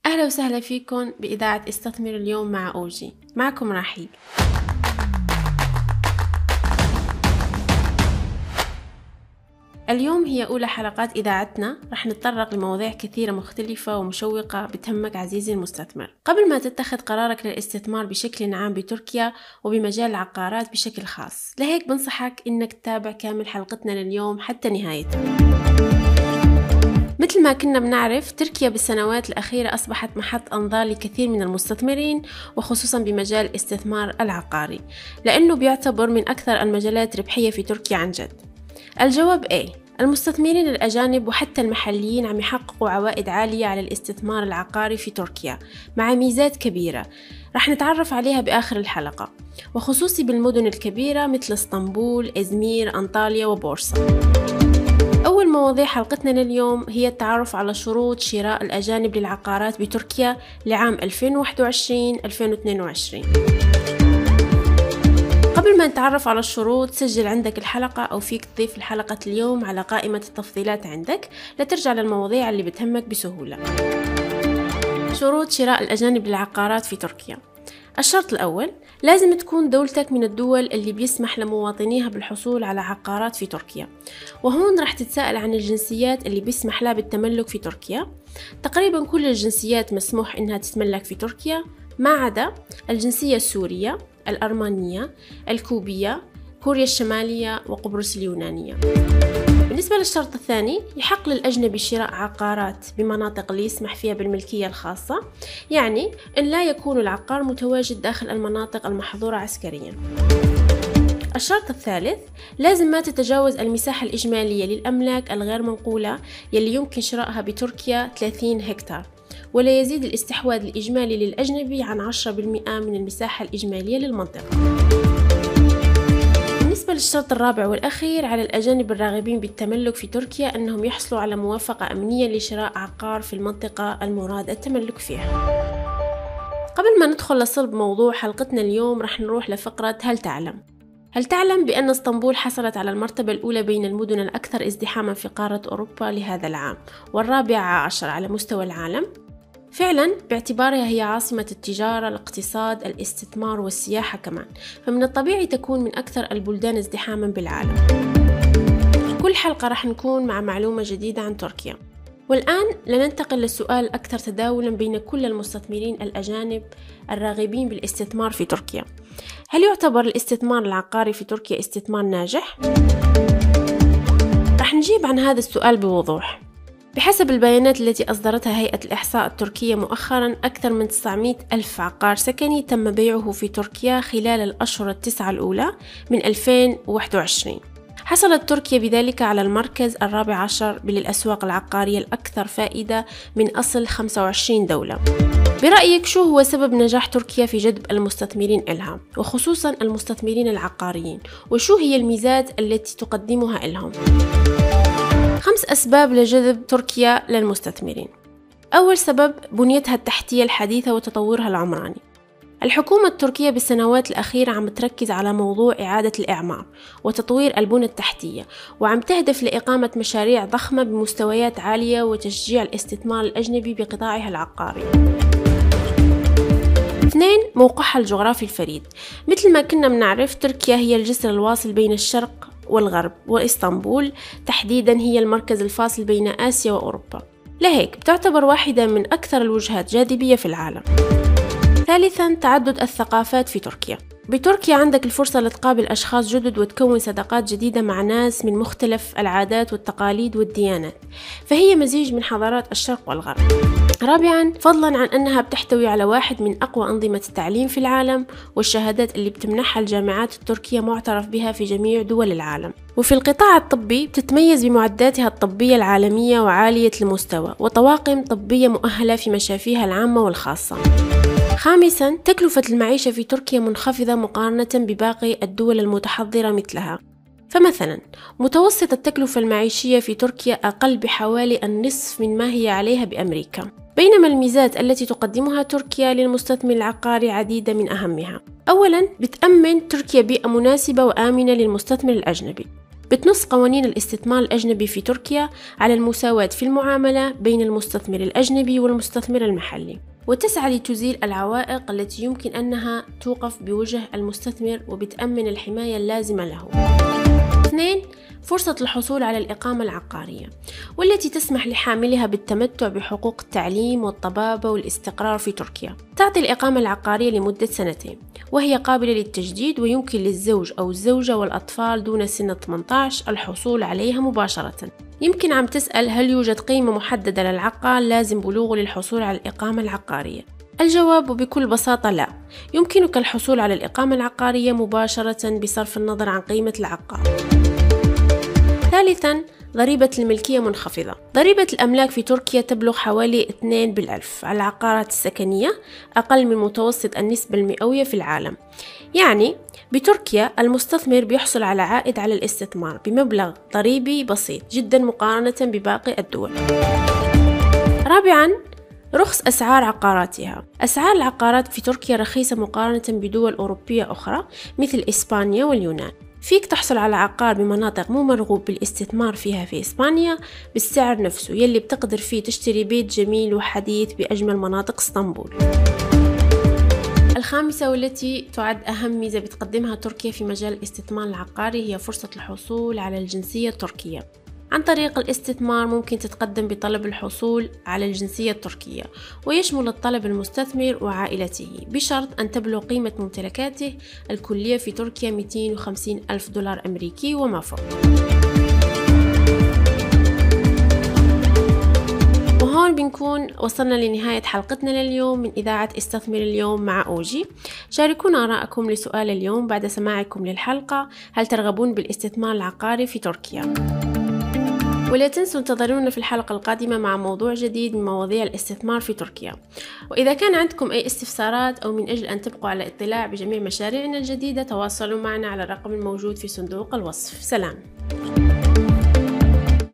أهلا وسهلا فيكم بإذاعة استثمر اليوم مع أوجي. معكم رحيل. اليوم هي أولى حلقات إذاعتنا، رح نتطرق لمواضيع كثيرة مختلفة ومشوقة بتهمك عزيزي المستثمر. قبل ما تتخذ قرارك للاستثمار بشكل عام بتركيا وبمجال العقارات بشكل خاص، لهيك بنصحك إنك تتابع كامل حلقتنا لليوم حتى نهايتها. مثل ما كنا بنعرف، تركيا بالسنوات الأخيرة أصبحت محط أنظار لكثير من المستثمرين، وخصوصا بمجال الاستثمار العقاري، لأنه بيعتبر من أكثر المجالات ربحية في تركيا عن جد. الجواب إيه؟ المستثمرين الأجانب وحتى المحليين عم يحققوا عوائد عالية على الاستثمار العقاري في تركيا مع ميزات كبيرة رح نتعرف عليها بآخر الحلقة، وخصوصي بالمدن الكبيرة مثل اسطنبول، إزمير، أنطاليا وبورصة. أول مواضيع حلقتنا لليوم هي التعرف على شروط شراء الأجانب للعقارات بتركيا لعام 2021-2022. قبل ما نتعرف على الشروط، سجل عندك الحلقة أو فيك تضيف الحلقة اليوم على قائمة التفضيلات عندك لترجع للمواضيع اللي بتهمك بسهولة. شروط شراء الأجانب للعقارات في تركيا. الشرط الأول، لازم تكون دولتك من الدول اللي بيسمح لمواطنيها بالحصول على عقارات في تركيا. وهون رح تتساءل عن الجنسيات اللي بيسمح لها بالتملك في تركيا. تقريبا كل الجنسيات مسموح إنها تتملك في تركيا ما عدا الجنسية السورية، الأرمنية، الكوبية، كوريا الشمالية وقبرص اليونانية. بالنسبة للشرط الثاني، يحق للأجنبي شراء عقارات بمناطق اللي يسمح فيها بالملكية الخاصة، يعني إن لا يكون العقار متواجد داخل المناطق المحظورة عسكريا. الشرط الثالث، لازم ما تتجاوز المساحة الإجمالية للأملاك الغير منقولة يلي يمكن شرائها بتركيا 30 هكتار، ولا يزيد الاستحواذ الإجمالي للأجنبي عن 10% من المساحة الإجمالية للمنطقة. بالنسبة للشرط الرابع والأخير، على الأجانب الراغبين بالتملك في تركيا أنهم يحصلوا على موافقة أمنية لشراء عقار في المنطقة المراد التملك فيها. قبل ما ندخل لصلب موضوع حلقتنا اليوم، رح نروح لفقرة هل تعلم بأن اسطنبول حصلت على المرتبة الأولى بين المدن الأكثر ازدحاما في قارة أوروبا لهذا العام، والرابعة عشر على مستوى العالم؟ فعلا، باعتبارها هي عاصمة التجارة، الاقتصاد، الاستثمار والسياحة كمان، فمن الطبيعي تكون من أكثر البلدان ازدحاما بالعالم. كل حلقة رح نكون مع معلومة جديدة عن تركيا. والآن لننتقل للسؤال الأكثر تداولا بين كل المستثمرين الأجانب الراغبين بالاستثمار في تركيا: هل يعتبر الاستثمار العقاري في تركيا استثمار ناجح؟ رح نجيب عن هذا السؤال بوضوح. بحسب البيانات التي أصدرتها هيئة الإحصاء التركية مؤخرا، أكثر من 900 ألف عقار سكني تم بيعه في تركيا خلال الأشهر التسعة الأولى من 2021. حصلت تركيا بذلك على المركز الرابع عشر بالأسواق العقارية الأكثر فائدة من أصل 25 دولة. برأيك شو هو سبب نجاح تركيا في جذب المستثمرين إلها، وخصوصا المستثمرين العقاريين، وشو هي الميزات التي تقدمها إلهم؟ 5 أسباب لجذب تركيا للمستثمرين. أول سبب، بنيتها التحتية الحديثة وتطورها العمراني. الحكومة التركية بالسنوات الأخيرة عم تركز على موضوع إعادة الإعمار وتطوير البنى التحتية، وعم تهدف لإقامة مشاريع ضخمة بمستويات عالية وتشجيع الاستثمار الأجنبي بقطاعها العقاري. 2، موقعها الجغرافي الفريد. مثل ما كنا بنعرف، تركيا هي الجسر الواصل بين الشرق والغرب، وإسطنبول تحديدا هي المركز الفاصل بين آسيا وأوروبا، لهيك بتعتبر واحدة من أكثر الوجهات جاذبية في العالم. 3، تعدد الثقافات في تركيا. بتركيا عندك الفرصة لتقابل أشخاص جدد وتكون صداقات جديدة مع ناس من مختلف العادات والتقاليد والديانات، فهي مزيج من حضارات الشرق والغرب. 4، فضلا عن أنها بتحتوي على واحد من أقوى أنظمة التعليم في العالم، والشهادات اللي بتمنحها الجامعات التركية معترف بها في جميع دول العالم. وفي القطاع الطبي بتتميز بمعداتها الطبية العالمية وعالية المستوى، وطواقم طبية مؤهلة في مشافيها العامة والخاصة. 5، تكلفة المعيشة في تركيا منخفضة مقارنة بباقي الدول المتحضرة مثلها. فمثلا، متوسط التكلفة المعيشية في تركيا أقل بحوالي النصف من ما هي عليها بأمريكا. بينما الميزات التي تقدمها تركيا للمستثمر العقاري عديدة من أهمها. أولا، بتأمن تركيا بيئة مناسبة وآمنة للمستثمر الأجنبي. بتنص قوانين الاستثمار الأجنبي في تركيا على المساواة في المعاملة بين المستثمر الأجنبي والمستثمر المحلي، وتسعى لتزيل العوائق التي يمكن أنها توقف بوجه المستثمر وبتأمن الحماية اللازمة له. 2. فرصة الحصول على الإقامة العقارية، والتي تسمح لحاملها بالتمتع بحقوق التعليم والطبابة والاستقرار في تركيا. تعطي الإقامة العقارية لمدة 2 سنين، وهي قابلة للتجديد، ويمكن للزوج أو الزوجة والأطفال دون سن 18 الحصول عليها مباشرة. يمكن عم تسأل هل يوجد قيمة محددة للعقار لازم بلوغه للحصول على الإقامة العقارية؟ الجواب بكل بساطة لا، يمكنك الحصول على الإقامة العقارية مباشرة بصرف النظر عن قيمة العقار. 3. ضريبة الملكية منخفضة. ضريبة الأملاك في تركيا تبلغ حوالي 2 بالألف على العقارات السكنية، أقل من متوسط النسبة المئوية في العالم. يعني بتركيا المستثمر بيحصل على عائد على الاستثمار بمبلغ ضريبي بسيط جدا مقارنة بباقي الدول. 4. رخص أسعار عقاراتها. أسعار العقارات في تركيا رخيصة مقارنة بدول أوروبية أخرى مثل إسبانيا واليونان. فيك تحصل على عقار بمناطق مو مرغوب بالاستثمار فيها في إسبانيا بالسعر نفسه يلي بتقدر فيه تشتري بيت جميل وحديث بأجمل مناطق اسطنبول. 5. والتي تعد أهم ميزة بتقدمها تركيا في مجال الاستثمار العقاري هي فرصة الحصول على الجنسية التركية. عن طريق الاستثمار ممكن تتقدم بطلب الحصول على الجنسية التركية، ويشمل الطلب المستثمر وعائلته بشرط أن تبلغ قيمة ممتلكاته الكلية في تركيا 250 ألف دولار أمريكي وما فوق. وهون بنكون وصلنا لنهاية حلقتنا لليوم من إذاعة استثمر اليوم مع أوجي. شاركونا آراءكم لسؤال اليوم بعد سماعكم للحلقة: هل ترغبون بالاستثمار العقاري في تركيا؟ ولا تنسوا انتظرونا في الحلقة القادمة مع موضوع جديد من مواضيع الاستثمار في تركيا. وإذا كان عندكم أي استفسارات أو من أجل أن تبقوا على اطلاع بجميع مشاريعنا الجديدة، تواصلوا معنا على الرقم الموجود في صندوق الوصف. سلام.